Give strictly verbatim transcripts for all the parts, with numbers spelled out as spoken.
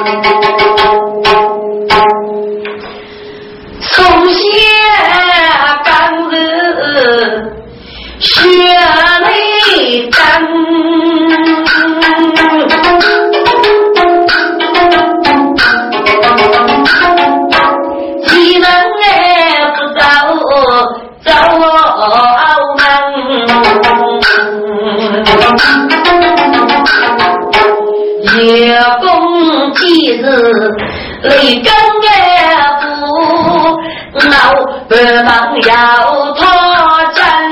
从前刚日血泪干，既能也不走走月公几日泪干也不闹白忙要脱战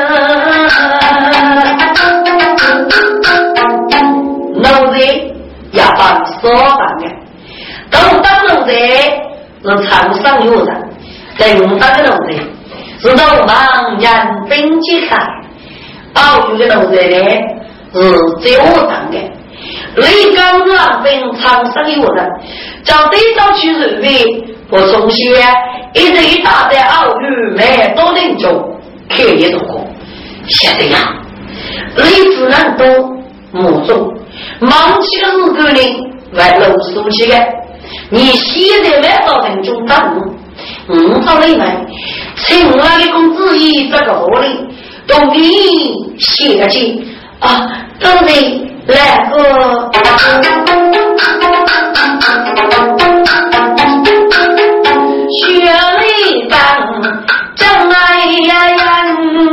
奴才要把所办的都当奴才是场上有人等当的奴才是都忙人兵去看奥运的奴才呢是最后当的雷刚让兵场上有人找对照去认为我从前一直一大的奥运没多人中可以度过现在呀雷子人都母中忙起个日子里来露宿起的你现在没到人中当嗯到雷来请来的工资一这个合理都你写进啊都得来个血泪干真爱呀呀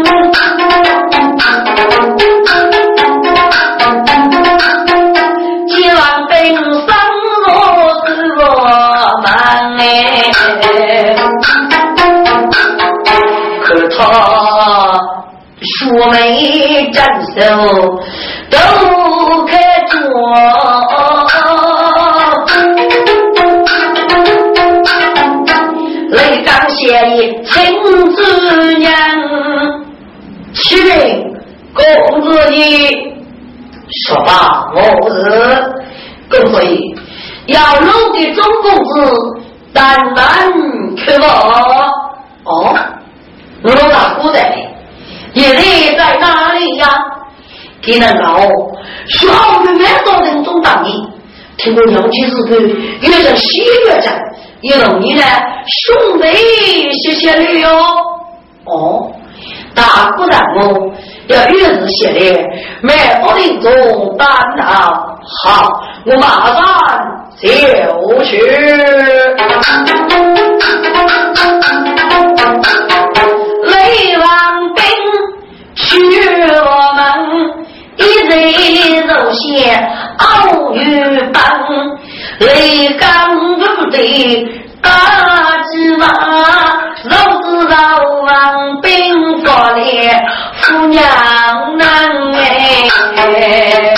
希望兵生我是我们哎可他说没战手都可做雷刚协议亲自人启禀公子你说吧我是公子义要弄给中公子单单去我哦我哪古代也得在哪里呀给那老说好的没到人中当你听过娘妻子的有点喜悦着有容易呢兄弟谢谢你哟哦大姑娘哦要日子写的没到人中当好好我马上就去雷王兵去我们一人肉线奥运班雷刚入的大芝麻肉子肉王兵过来夫娘难哎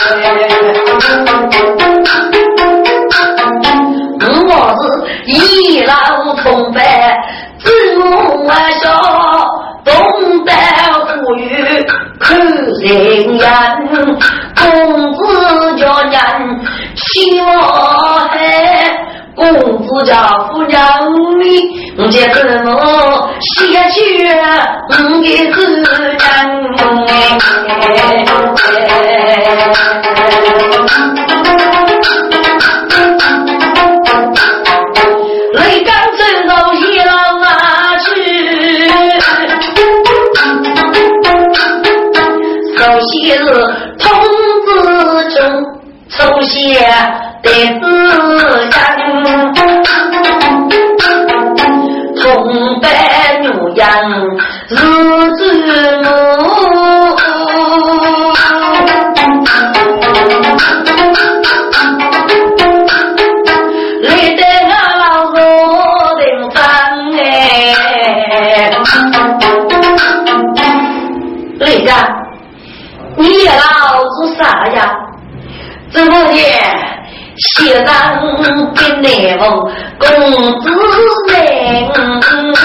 我是一老同辈自母啊说东北富裕看人眼公子叫人欺我嘿公子叫夫娘你我这个人哦写去我给自雷刚正走一老马去首先是童子中抽血的自然同白牛羊日子母累得我老婆的饭哎累着你也老子啥呀这么的写上跟内蒙公子名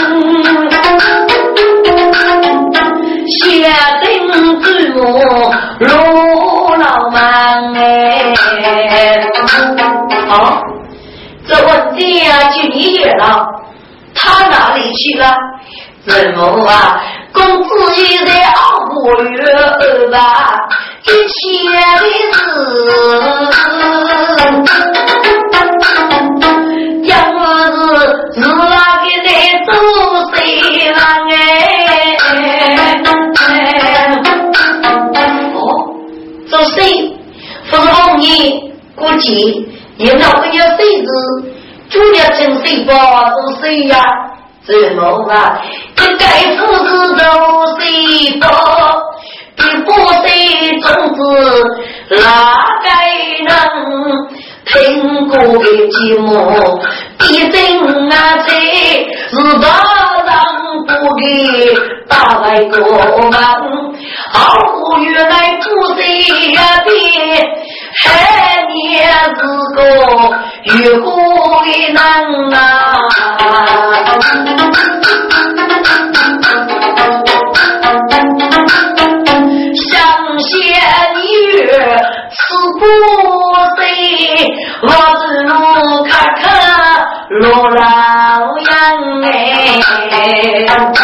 写定字母罗老满哎好这问题啊就你也了他哪里去了怎么啊公子也在熬过月吧一切的事也老跟要谁子主要请谁吧是谁呀怎么啊这该是是都谁吧比不谁种子哪该能听过的寂寞一生啊这是大让不给大外国忙好不原来不谁呀别还你是个越过的难啊想仙月是不谁我只路看看罗老杨哎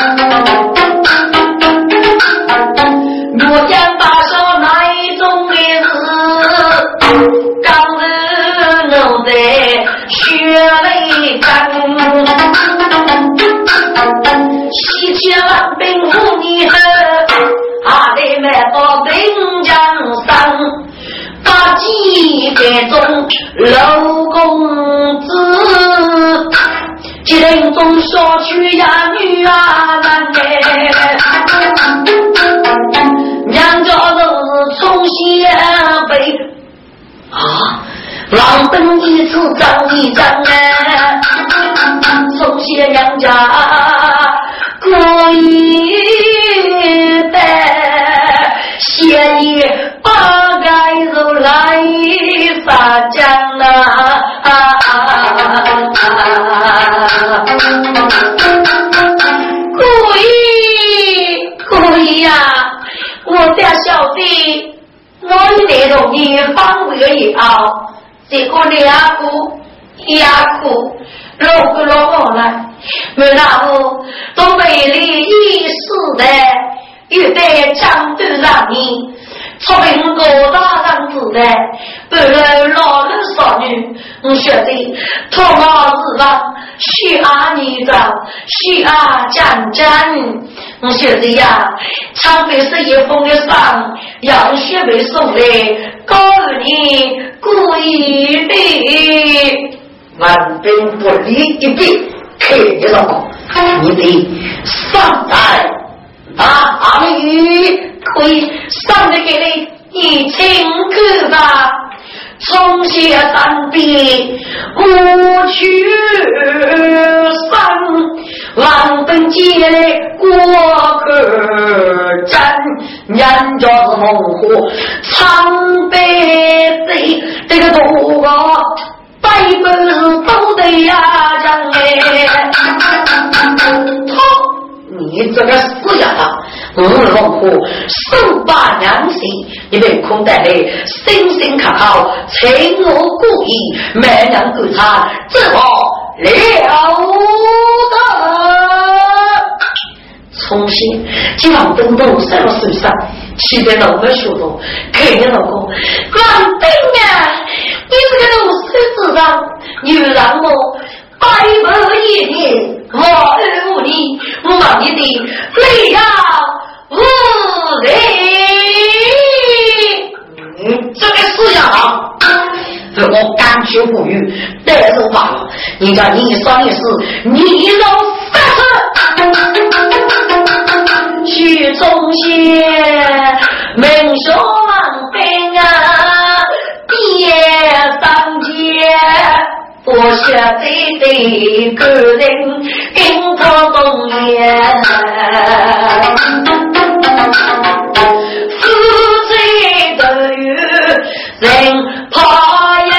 我想把手那一种的事刚日弄得血泪干西千万兵无你和阿里麦多兵将上把几个中老公子几人中说去呀女啊男的两家都是从西北啊老登一次张一张啊从西两家故意的协议把该肉来撒江啊故意故意呀我家小弟我那容易放回也熬结果你阿姑牙苦老不老过来没那后东北里一世的遇得强对让你聪明过大让子的不论老人少女我学的托马日望许阿你长许阿讲讲我学的呀常被是一封的上要学被送的告诉你故意的万兵不离一臂可以知道你得上台啊阿语可以上来给你一清歌吧从下山壁无去上万本街过客站人家是猛虎长背贼这个多个百本都得呀张哎你这个死呀他五龙虎手把两心你被空带来星星可靠情我故意没能够他这么了得从新今晚东东什么身上去的老婆学懂给你老公万病啊你这个老师子上你让我百分一年我二五年我把你的累要无人嗯这个思想啊我甘求不语但是我罢了你叫你说你是你老三去中间门手忙兵啊毕业上街我下这对个人跟他动员夫妻的人怕人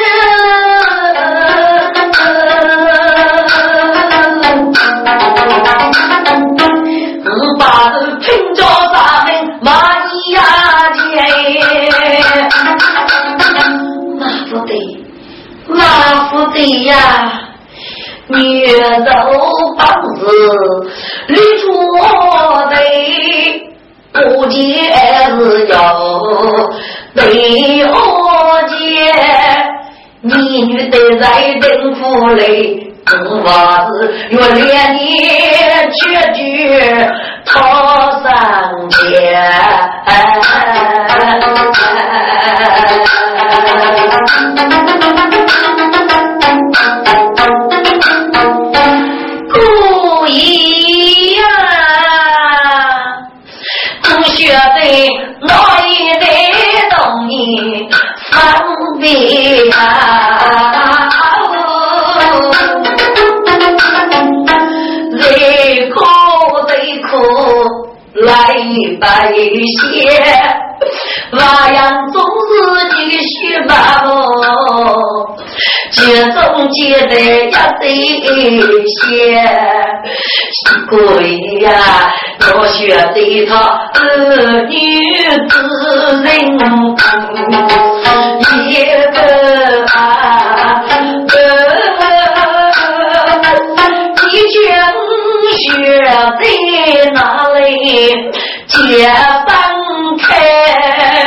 把人拼着咱们蚂蚁呀姐马不得马不得呀女手棒子绿着的不解是有被我解你女的在灯府里更娃子越连你却句头上街白些，娃样总是你许把我，接中接的呀这些，鬼呀，我学这套儿女之人，一个啊，你将学在哪里？解放开，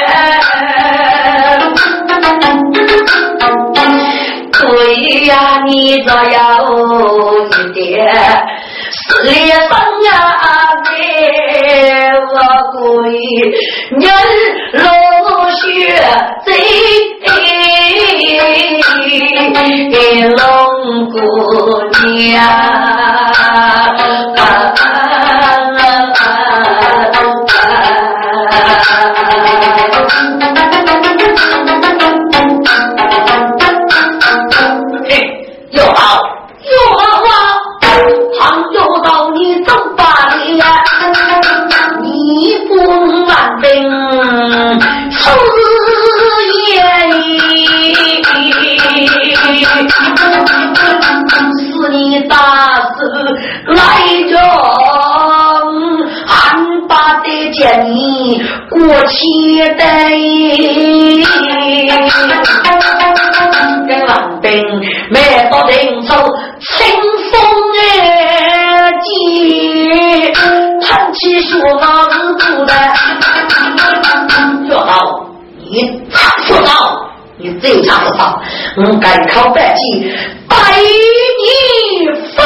对呀，你这有一点是脸上啊的我鬼人落雪贼龙姑娘啊有好有好啊，倘有到你走吧里呀，你不安定，愁夜是你大事来着，俺把的见你过期的。王兵没到领头清风儿急，叹气说那是不的说好你唱说到你最唱的唱我敢靠百计百你福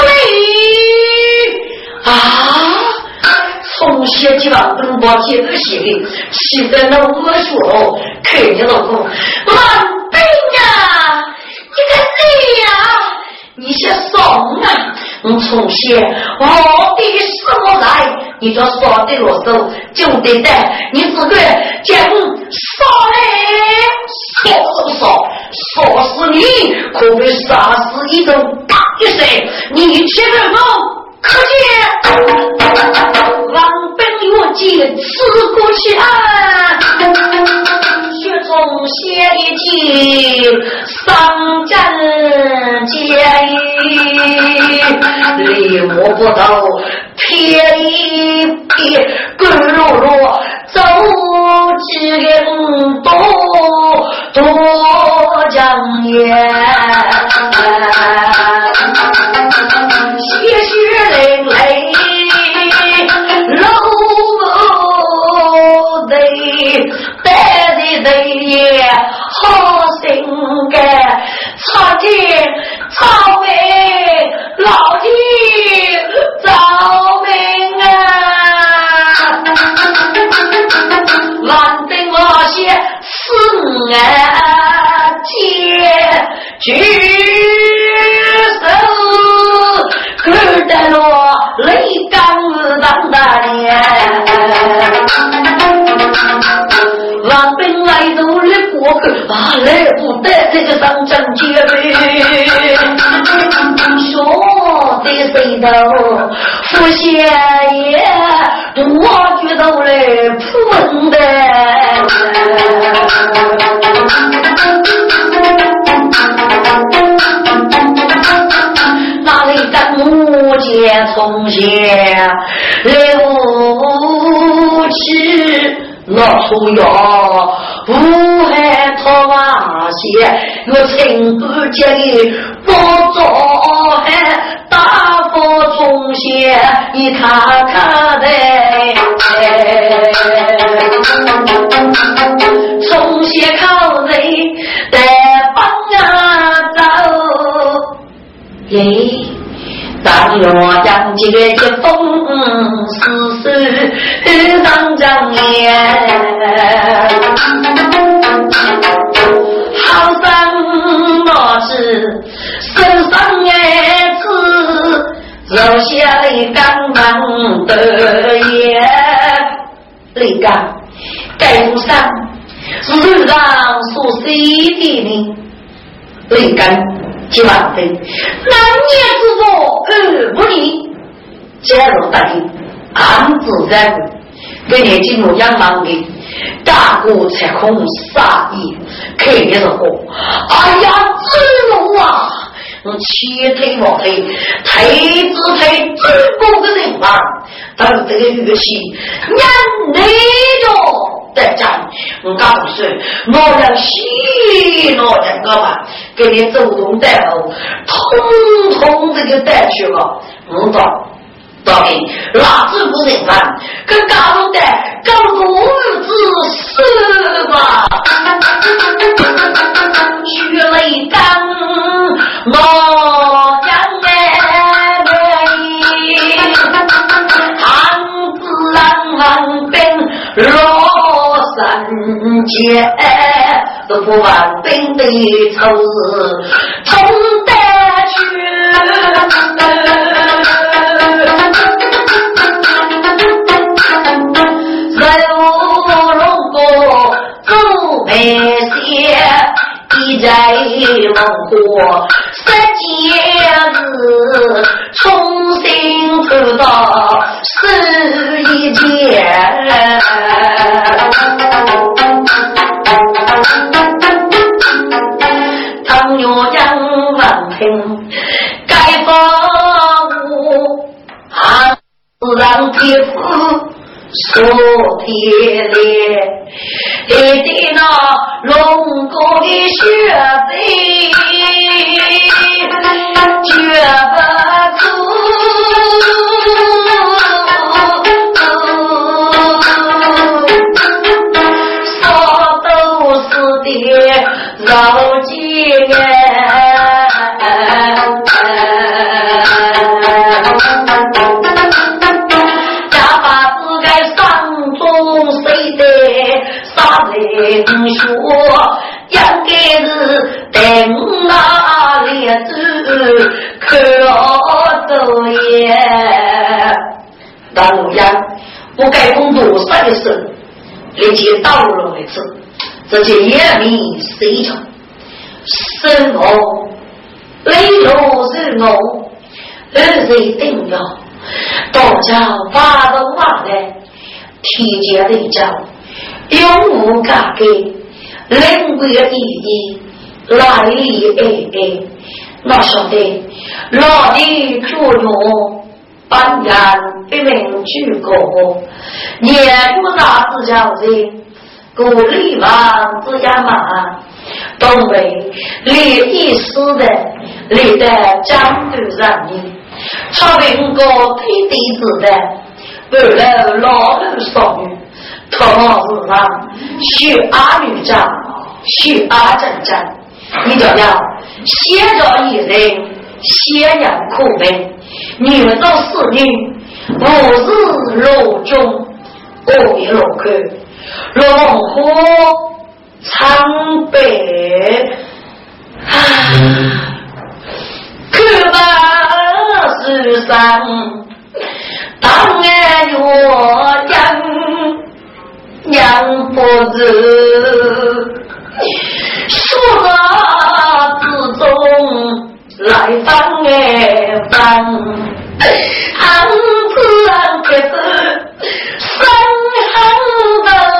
利啊从写几万本包写的写的写的那我说看你老公王兵啊你个谁呀你些怂啊你从写我的什么来你就说的啰嗦就得带你自个讲说嘞说说说说死你可被杀死一种大一谁你去人后可见王本我记自古去啊血中写一记上战结里摸不到撇一撇滚落落走之人多多讲言血血淋淋楼得带的的也好心感差点草莓老弟造命啊万定我些四啊接举手可得落泪干当大年王兵来走了过去啊来不得这个上阵结尾说的谁都不写也我觉得来扑的哪里敢目接从下六尺我出药不害他瓦些我情不接力不做还大佛中些一塔塔的中些靠人的帮啊走耶当我将这个一风丝丝当张脸好像我是身上也是留下了刚刚的也那个盖不上是让所谁的呢那个几万分，那年之后二不离，加入大地，安置在给你进入阳忙的大鼓才空杀意，看你是火，哎呀，真龙啊！我切腿毛腿，腿子腿最高的人嘛，但是这个语气，人那种。在讲，我告诉你，我要洗脑两个吧，给你走动带后，通通这个带去了，我到到底哪子不人饭，跟高中的高中日子是吧？去了一干，我将来来，汉子浪漫边落。三界都不完兵的仇日同得去人无龙过走没些一在猛火三界日重新出到是一件唐若阳万平该发物汉让皮肤所铁裂一定那龙国的血贼绝不出老几个家把自该上中谁的杀人说养给是等那列子可走也当然我该工作三十连接道路一次这些也米谁成生我雷罗是我二谁定要大家发动话来体检的教永无改改人归意义来历哎哎那晓得老的作用当然不能去过也不大自叫人鼓励王子亚马东北立意思的立的江对上你朝明国推地子的为了老人少女头脑子上许阿女长许阿正长你就要写着一人写人苦悲女人是女五日肉中五一肉口龙虎苍北可把世上当然我养养不子说话之中来放哎放安自然可是三行的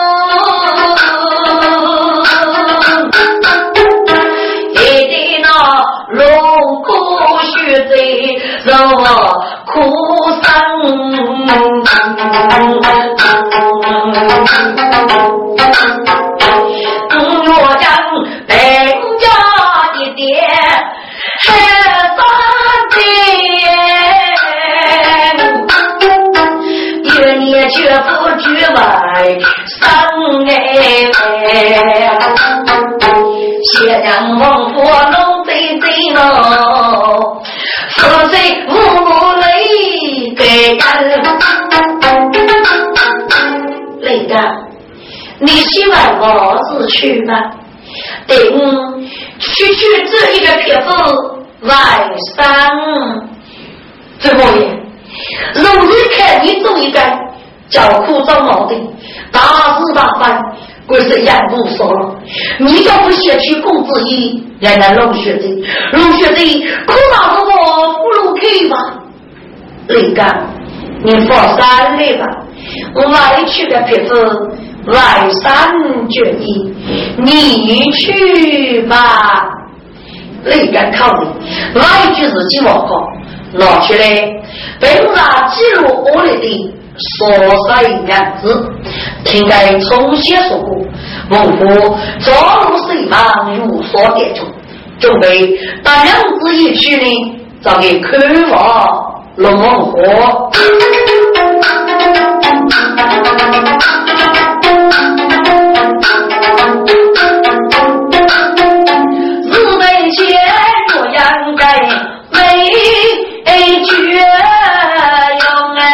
让我苦伤我将本家的爹还发的一年却不举外伤哎谢娘孟婆龙贼贼喽是谁无泪给人雷的你希望我自去吗等去去这一个撇子外伤最后一容易看你走一个叫苦遭矛盾大事大犯归是养不说了你要不写去共之一原来龙学的龙学的苦恼的我不如可以吧雷干你放三类吧外去的匹夫外山决意，你去吧。你敢考虑外句自己我讲拿出来本来记录我里的所晒样子，听该从先说过孟夫着陆水忙有所点中，准备把两子一去呢找给科王龙王火日本前若阳该没绝用啊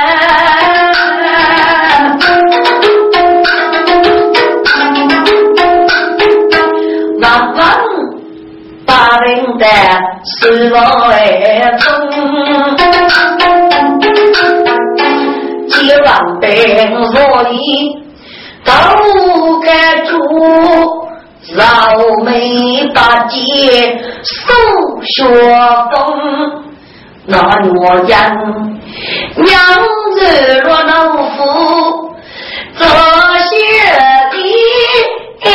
万万把人的是我而中结完病所以都该住绕眉大街手学风那我讲娘子若能服这些的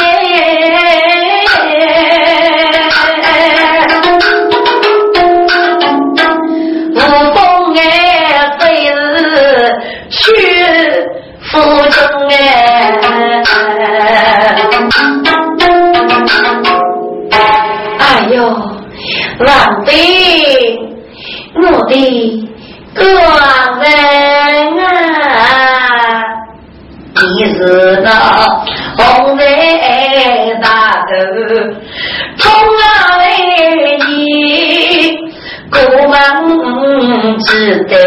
无风哎飞日去福中哎哎呦浪费我的个人啊你是那红人大头冲啊为你古门只得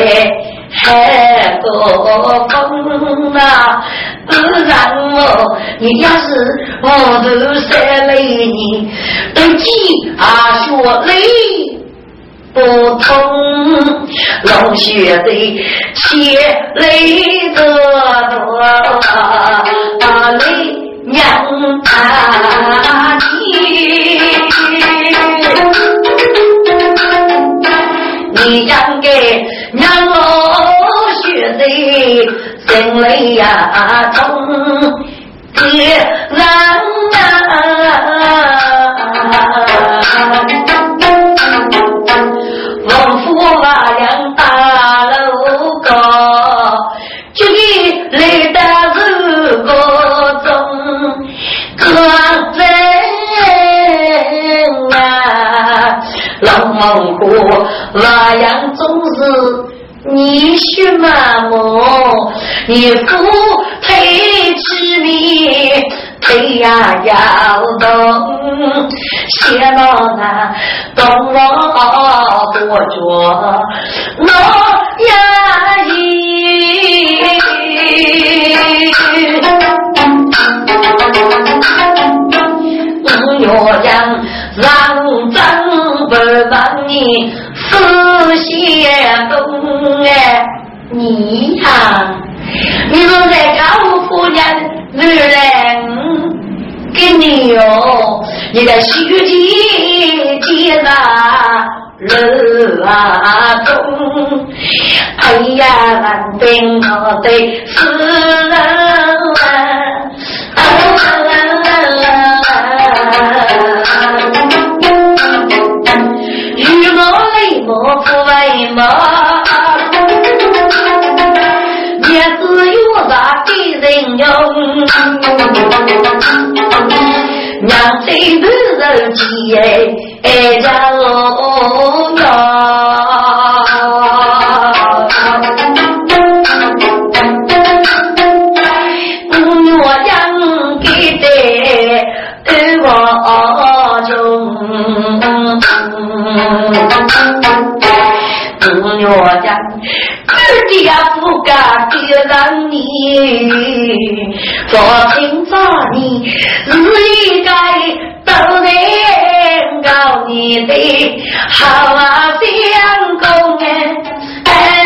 海个风啊自然我你要是我都塞了你对记啊说累不通龙血的血泪的多啊泪娘啊你你讲给娘我血的心泪呀痛别难啊王府瓦梁大楼高这里来的是个中个人啊老蒙古瓦梁总是你许妈妈你夫配之你配呀要懂写到那懂我多着我呀一我要让让张不让你思想东哎你呀你都在高夫人女人给你哟你的虚体接纳人啊中哎呀难定我的死人啊与我泪我不为么也只有啥给人用让这个人记哎家我我让给的我中我讲自己也不敢别让你昨天早你日一该都能告你的好啊相公哎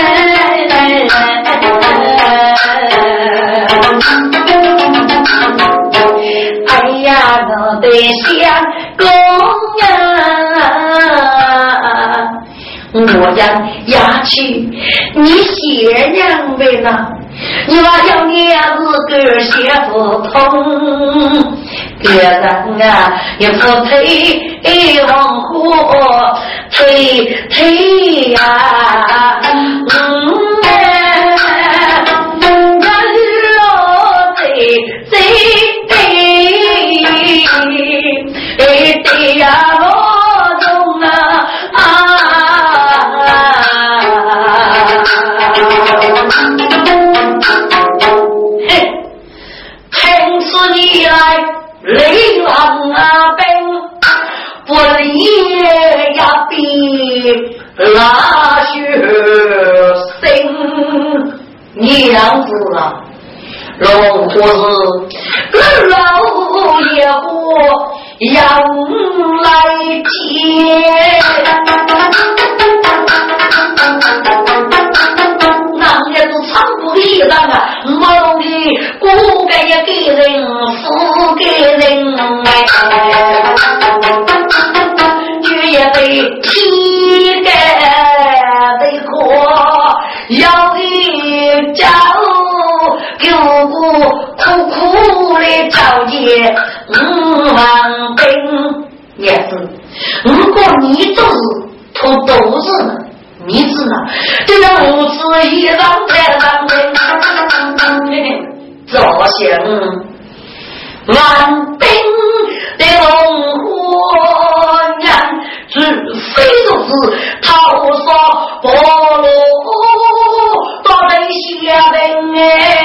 哎呀我的相公啊我我讲牙去，你写娘为呢？你把小娘子个写不通，别人啊也不推往后推推呀，嗯人老贼贼对对呀我中啊你来雷浪啊兵不离呀比拉血生娘子了龙虎是老爷火要来接那也是长不离当啊毛东西不该也给人不给人却也被踢给被过要一招给我苦苦的找解嗯王兵也是如果你就是偷豆子呢你知道这个五次一张在上面左想万兵的龙火人只非都是逃杀波罗到底下兵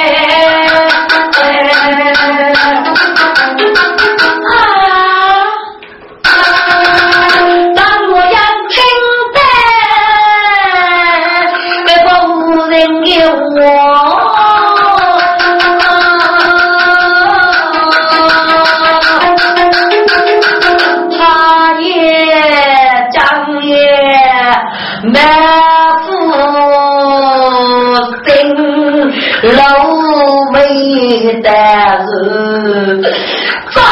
老妹的人把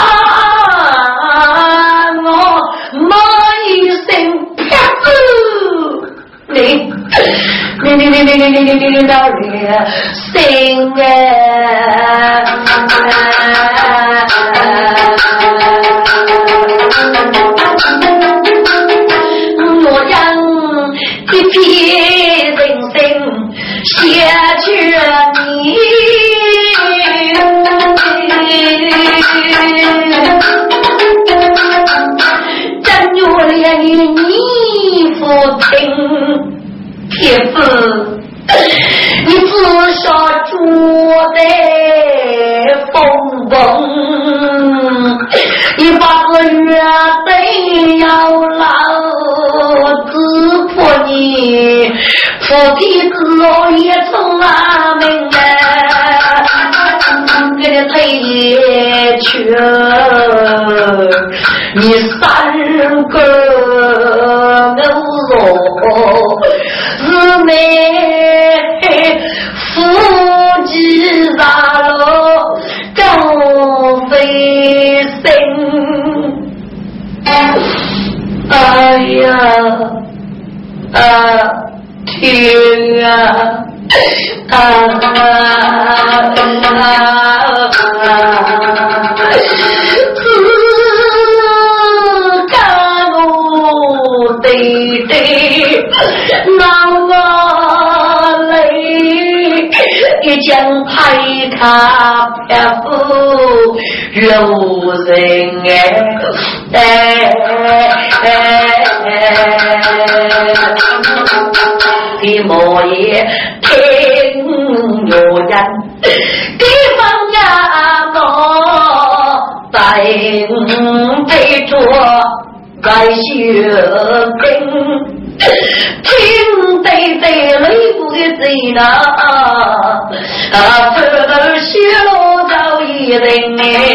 我买身骗子你你你你你你你你你老人心啊我让一片人生下去你真有连你父亲撇子你至少做的风风你把个月得要老子破你父亲子我也从阿门给你推去你三个牛肉是没夫妻啥了更费心哎呀啊天啊啊啊干我对对那我累一将拍卡漂浮有人哎的莫也听有人地方呀我在被捉该学兵听对对雷不的贼呢啊这个血路找一人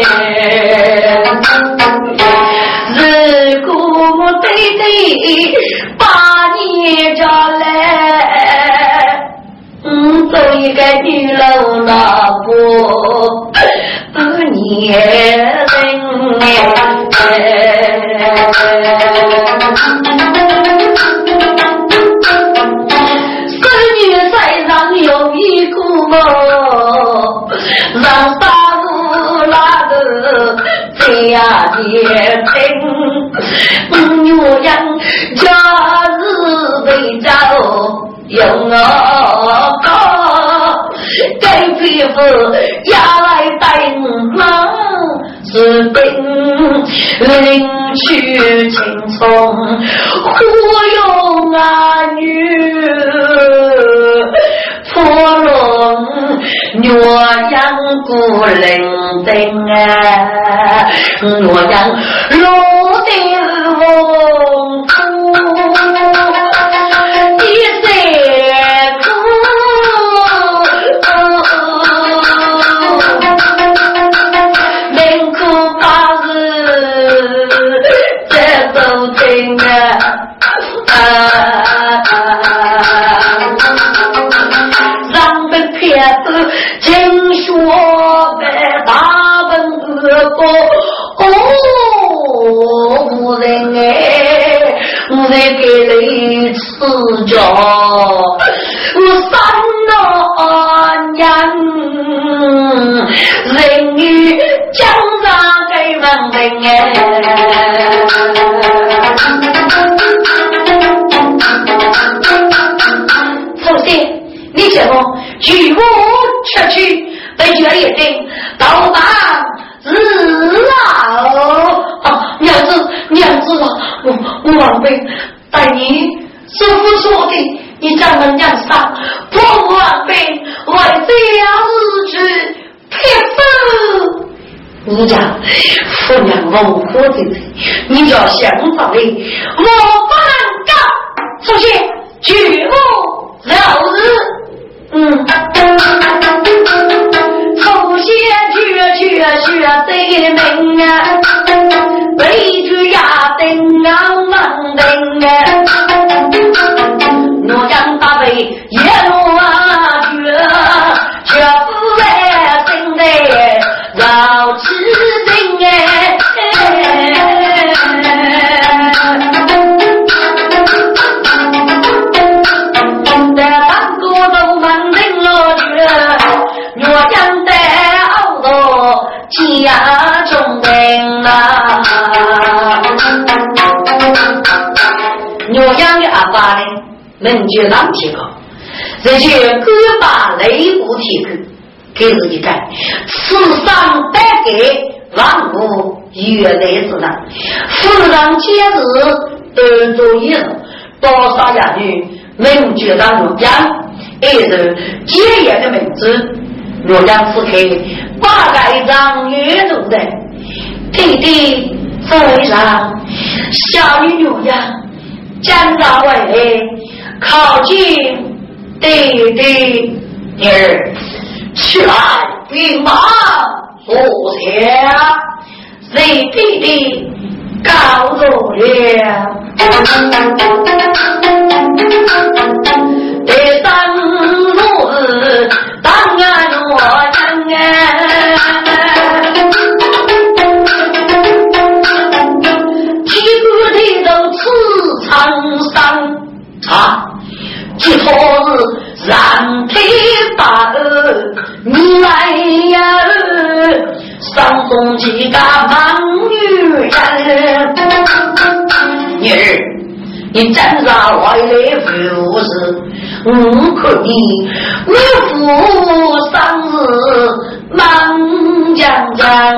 如果对对把你叫来嗯做一个女老老婆你人假日被找用我高，该皮肤压来带忙是本领去青葱忽悠儿女破龙诺阳古灵灯啊诺阳罗的风着我三老年人与江山给万人哎首先你什么举目出去被决也定到达日老啊娘子娘子啊我我王妃带你师父说的你咱们娘上不完备为这样日子撇分你讲父娘蒙活的你要想法的我不能干首先举目了日嗯首先去去去对门啊背去呀灯啊门灯啊诺阳大北也落啊绝绝不为生的老痴人哎在当国都满人了绝诺阳的奥多家中人啊诺阳的阿爸呢能觉当提高这些各把雷武提高给自己干世上带给万物越来自然富人节日都做一了多少人女能觉当诺阳也是节约的名字诺阳是可以八改张阅读的弟弟非常小女诺阳江大伟靠近弟弟女儿起来兵马坐下谁弟弟告诉了第三日当然我将几个地都刺长伤啊几头日染黑发你来呀上中几个忙女人女儿你站上外来服饰我可以我父上日忙将将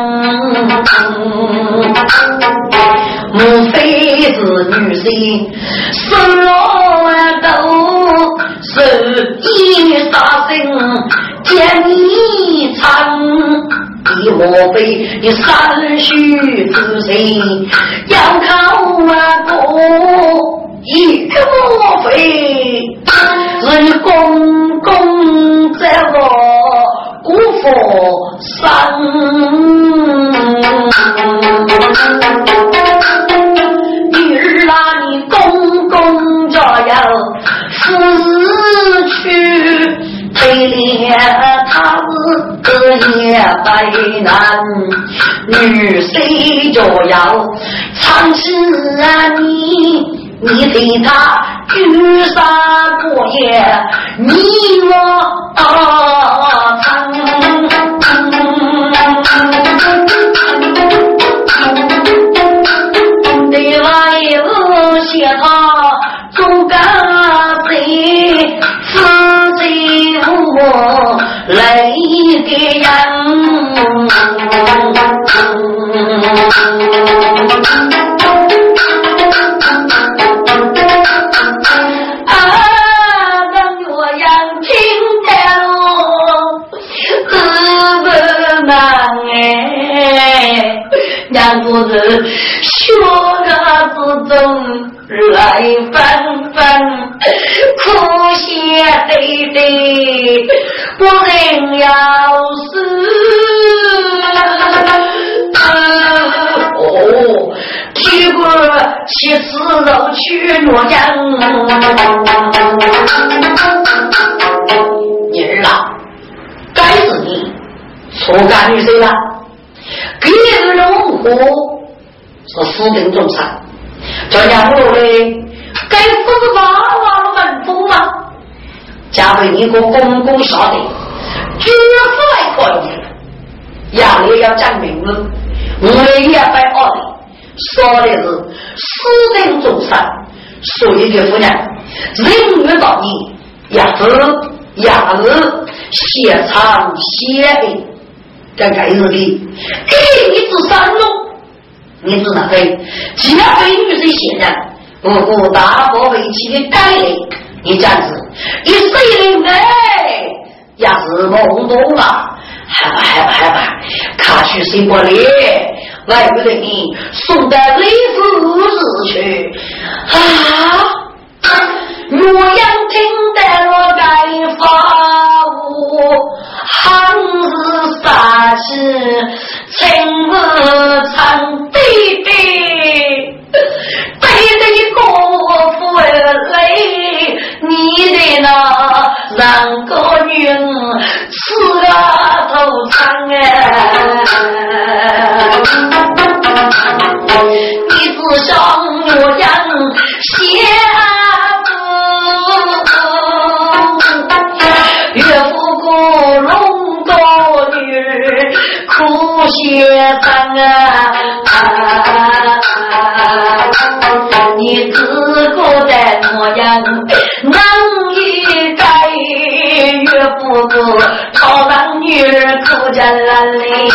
莫非是女性生罗都是一杀生见你长你莫非你三虚之心要靠啊过一个莫非是你公公在我古佛山女儿啊你公公这样死去陪练他是也白男女谁就要尝试啊你你对他举杀过夜你我啊唱对外有写他来给人啊，让我养听到日不难哎，让我的学个之中来纷纷苦写对对不能要死哦，结果其实都去诺阳你儿啊，该死你错干于谁了？给人龙虎是私定重伤，这样我嘞该不是娃娃的门风吗？加为一个公公晓得绝不来可以亚里要讲明了，我也要摆二里说的是私定重伤，所以这夫人人缘到你亚子亚子写长写的该改日的给你只三路你只能会其他非女生写的不顾大伯为其的改类你这样子一岁零哎呀是懵懂了害怕害怕害怕卡去谁过来外国人你送到雷府日去啊若阳听得我该发我寒日杀气情日长对对对对过父泪你的那让个女吃了头长你只想我样写岳父过龙过女苦写长啊你自古的模样难以改岳父过超让女儿苦着泪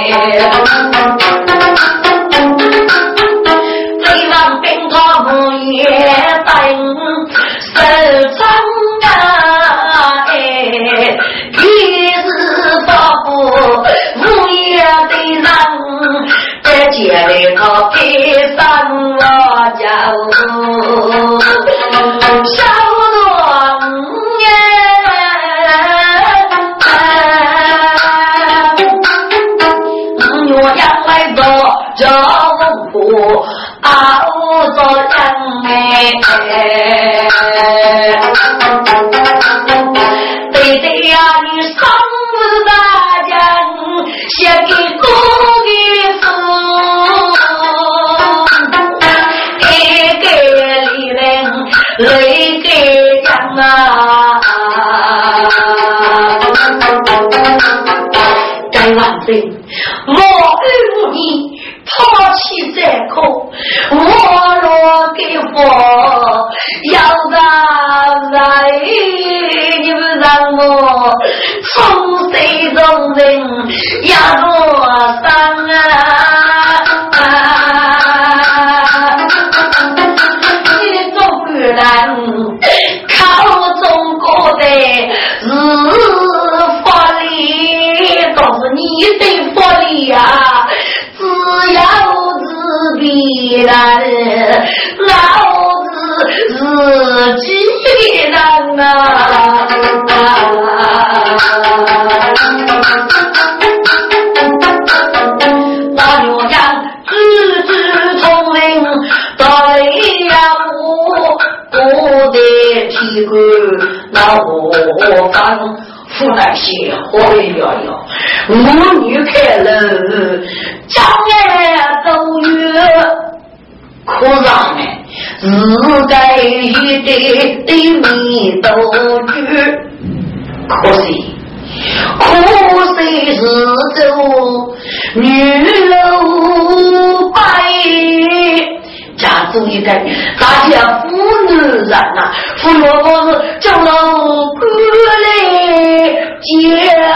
对望病他不也等手长啊哎一日发布无业的人在街里头给上我家小罗我要来做这龙虎熬做人哎对对呀你上日大人写给哥的父给给李人雷给人啊该万岁我与你抛弃这口我若给我要让来你们让我从谁中人压落伤啊你的中国人靠中国的日法理都是你的法理啊只要自比人老子自己的人啊大牛羊自知聪明对呀我我的屁股那我方父来些哎呀呀母女开了将来都有可让呢自该的的你都知可惜可惜是走女楼白家族一代大家妇女人呐妇女我是叫老姑来接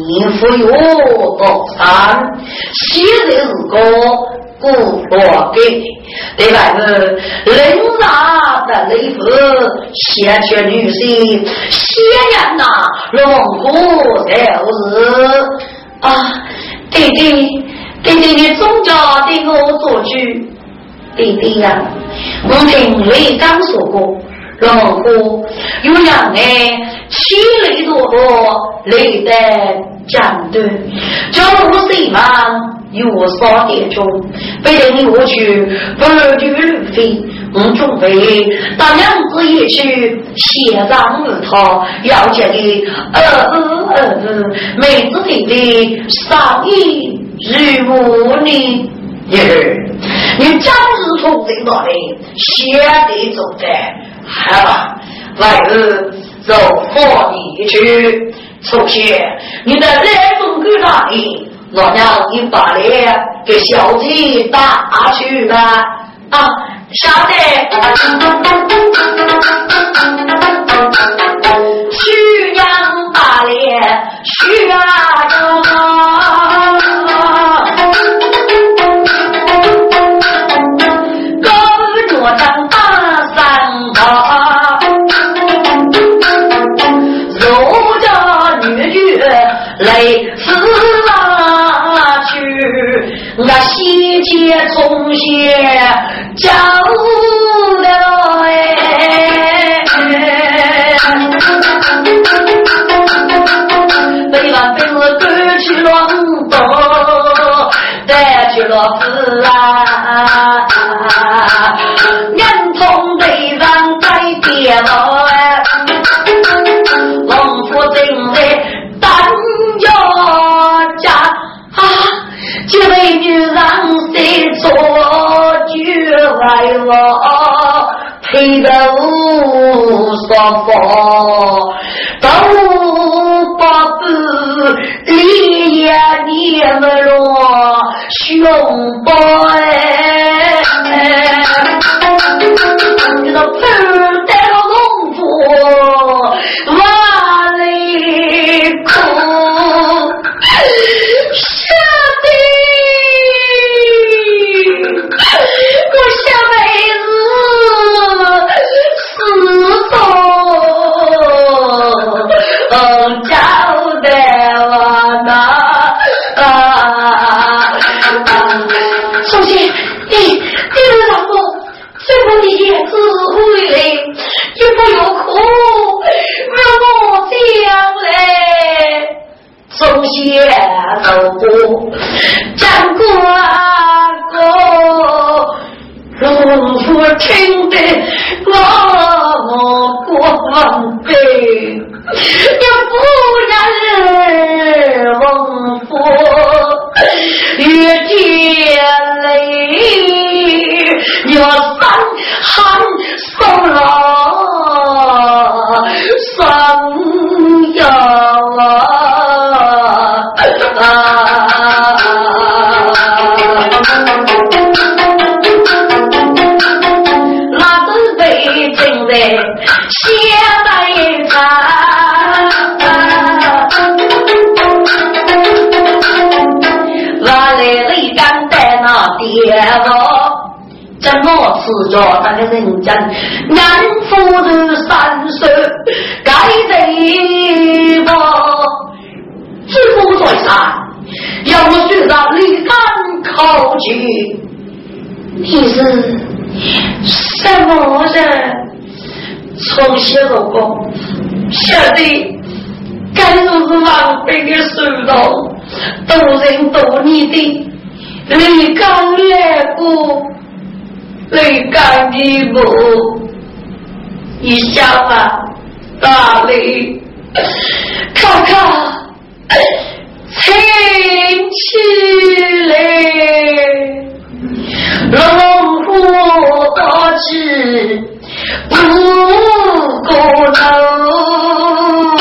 你富有多产，现在是个古罗给你，对吧？人大的雷夫，先去女性，先人呐，龙虎就是啊，弟弟，弟弟，你总叫对我做主，弟弟呀、啊，我听雷刚说过。龙虎有两哎，七雷多多，雷的战队，叫我谁嘛？有少点钟，被人我去不去旅费，我准备大娘子也去写上日头，要接的呃呃呃，妹子弟弟上衣日无你。你真是从这个里写的走的，好吧？外儿走vor你去，首先你的来中去哪里？我让你把脸给小鸡打去吧。啊，晓得。去娘把脸去啊着。雷死啊去，我西街中学教了哎，北方兵我赶去了多，带去了死啊，年通北方改变了哎，王府正在。要家啊，这位女人谁做绝外我陪着无所佛都把子离呀你们罗兄弟这个盆带了龙夫哇嘞哭先走过战过过龙虎听得我过往背要不然龙虎越见泪要三寒受了三要那是北京的现代完了雷干在那跌落怎么吃着那个人间南府的三岁该得我知府在上要我去让你敢考据你是什么人从小老公晓得该如是狼狈的手动都人都你的你敢来过你敢你不一下吧大力看看听起来龙虎多知不够头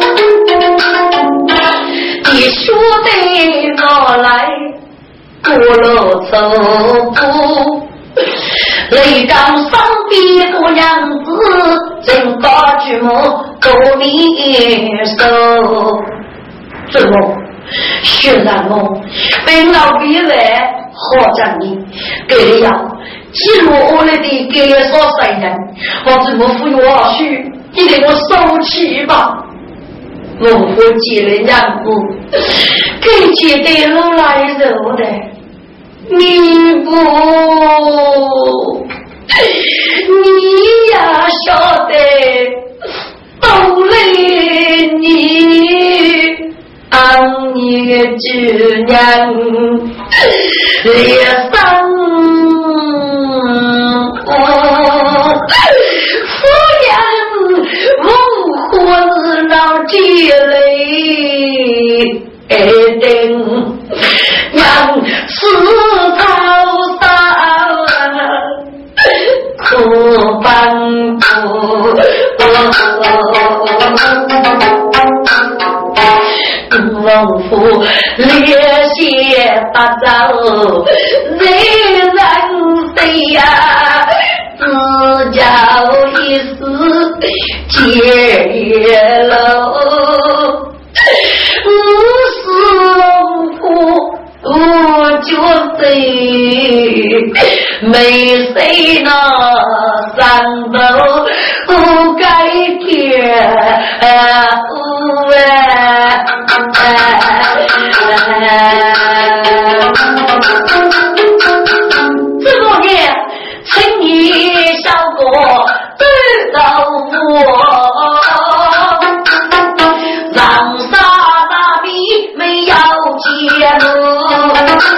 你说的我来过了走步雷刚上边个样子整个剧目够你手怎么？虽然我本老比来好讲你，给你要记录我的给所三人，我怎么赋予我许？你给我收起吧。我不记了两步，给接的路来走的，你不，你呀晓得，都累你，让你只娘烈伤。积累等让石头上苦帮苦王府烈血八糟人人谁呀自教一丝解楼无是苦我就谁没谁那三斗不该贴无这么年请你效果知道我让沙大比没有节目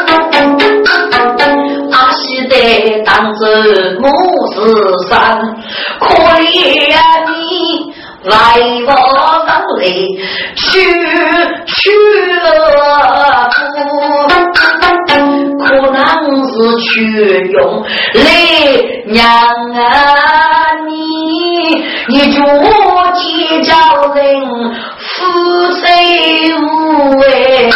阿西得当着母子山可怜你来我上来去去了不可能是去用泪娘啊你你就结交人夫妻无为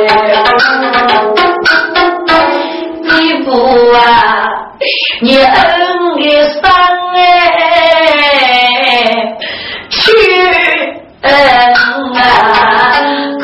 你不啊你恩的伤哎去恩啊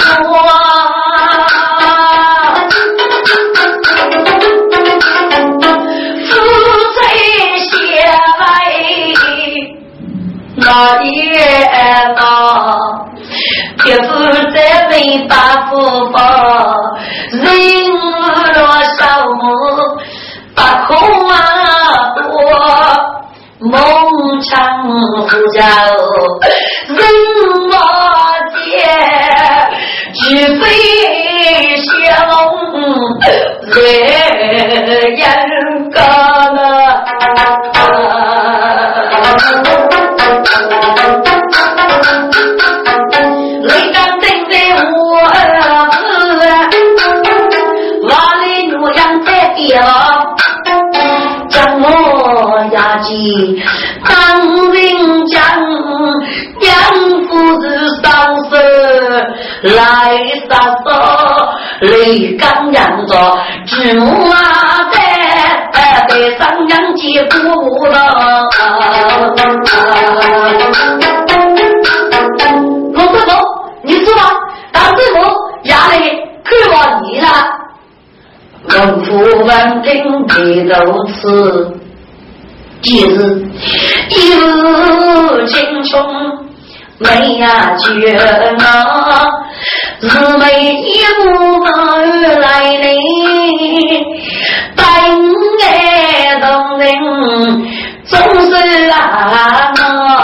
那也那也不再没把福报人若少母把空啊多梦长呼叫人莫见只非相人人干了将我压击当人将娘夫子上身来杀手泪刚扬着只母啊在在上阳结果了罗师傅你说吧当师傅压力可往你了文夫文听没如此今日一路青春没呀觉啊日美一幕而来呢但爱动人总是啊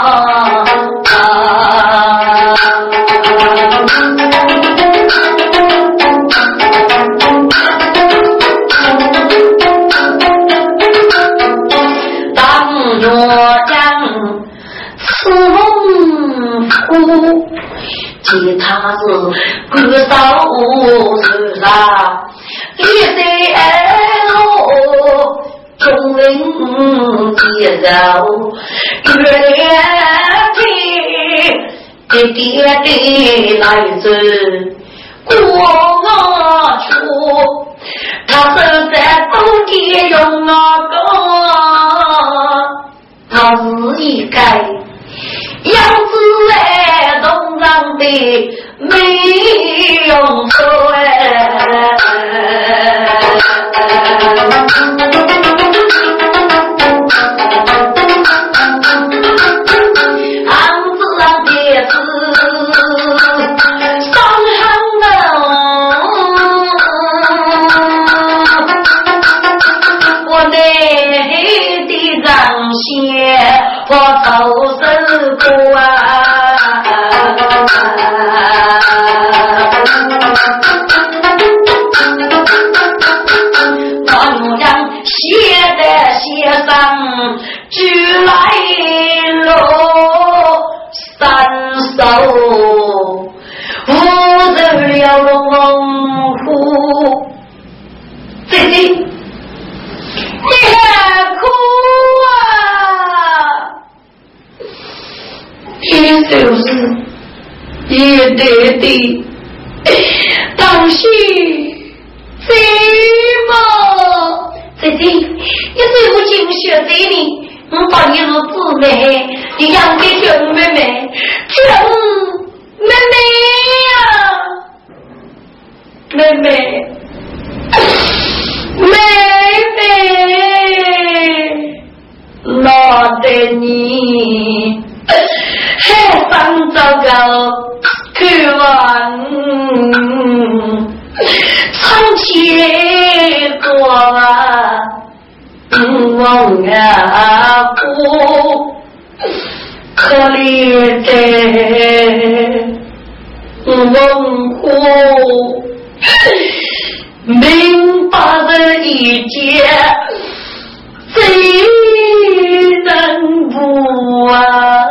其他是歌少是啥一对哦众人接受月天的爹爹来自过我处他是在冬天用那个他是一改样子来动人的美就是也得的当心怎么姐姐你最不进学这里我把你入姊妹你养给听妹妹听妹妹呀妹妹妹妹那得你还上糟糕渴望长期过啊望啊不可怜的问苦明白的一切谁能不啊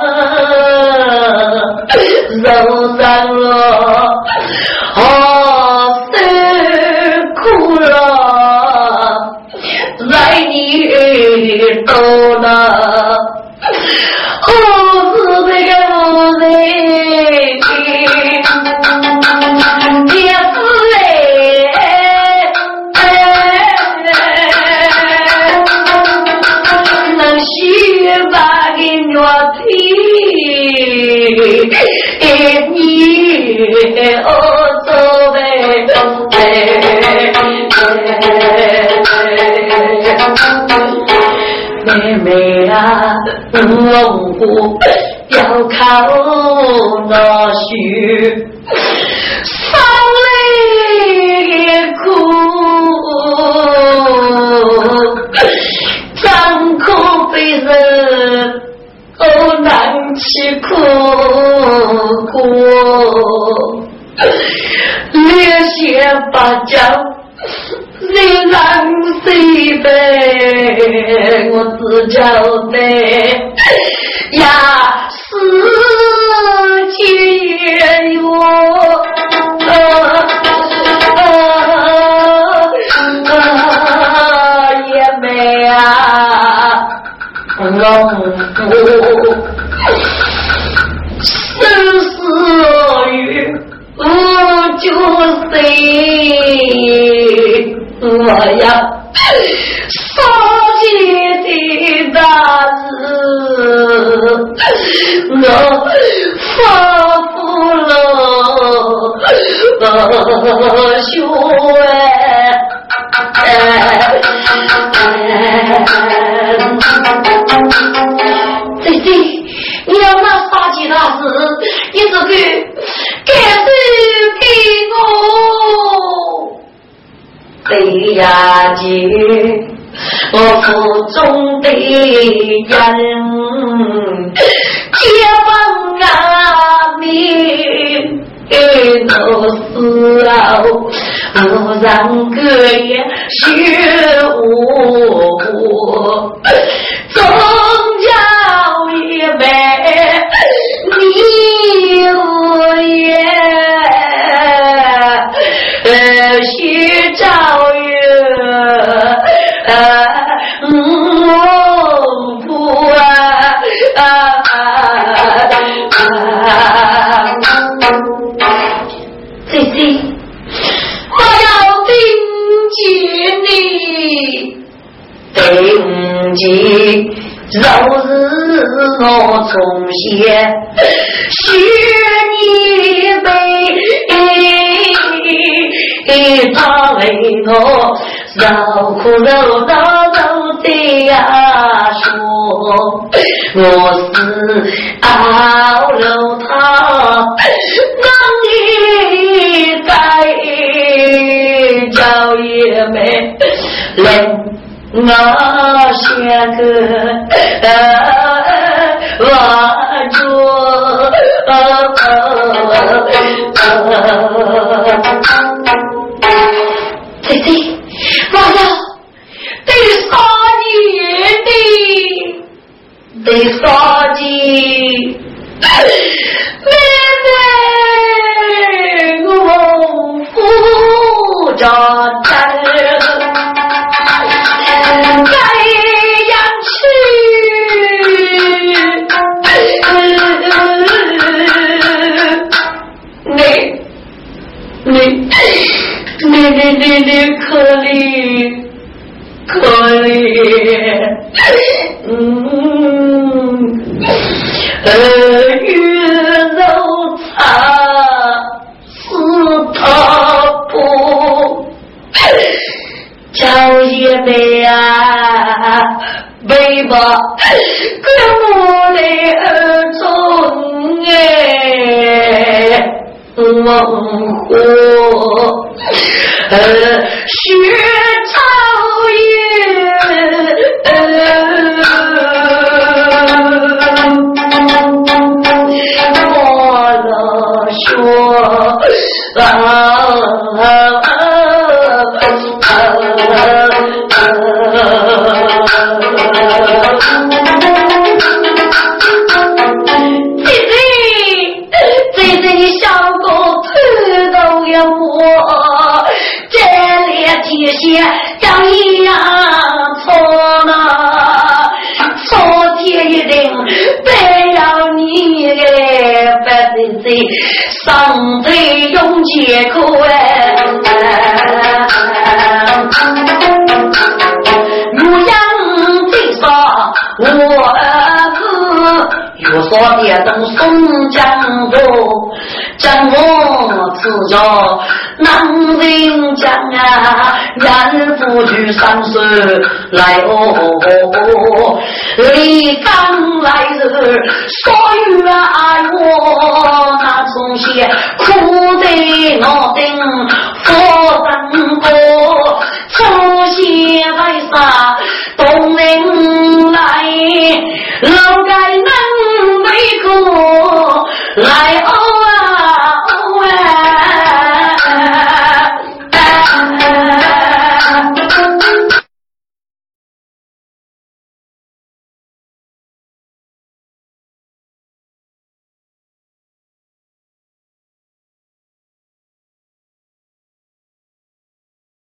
受伤了哦辛苦了来你都了哦是这个无人也是能洗把给我听你哦走呗妹妹啊我要靠那许伤泪哭张口被人哦难起苦过烈血把脚谁让谁背我自找的呀世界有啊啊啊也没啊农夫生死与我就是我要烧起的大事我发福了我修姐姐你要拿杀鸡大事你这个给是给我对呀姐我腹中的人结伴啊你都是啊我让个也学我终究也没你我也呃学教育呃我不啊啊啊姐姐我要盯紧你盯紧若日我从前许你悲他为我绕苦绕绕绕的呀说我是熬了他让你在教也没人我写个我做姐姐我要得杀你的得杀你妹妹我负着担该养去你你你你可怜可怜，嗯，呃，鱼肉茶是他不叫爷妹啊，背吧，跟我的耳中哎。猛火，呃，雪朝雨，呃，我了说啊啊啊这些要一样错了，错天一定不要你的白日子上最用结果哎，如样最少我是有所别等松江路将我自着男人讲啊，然不去三十来哦，你刚来日所有爱我那从前苦的我定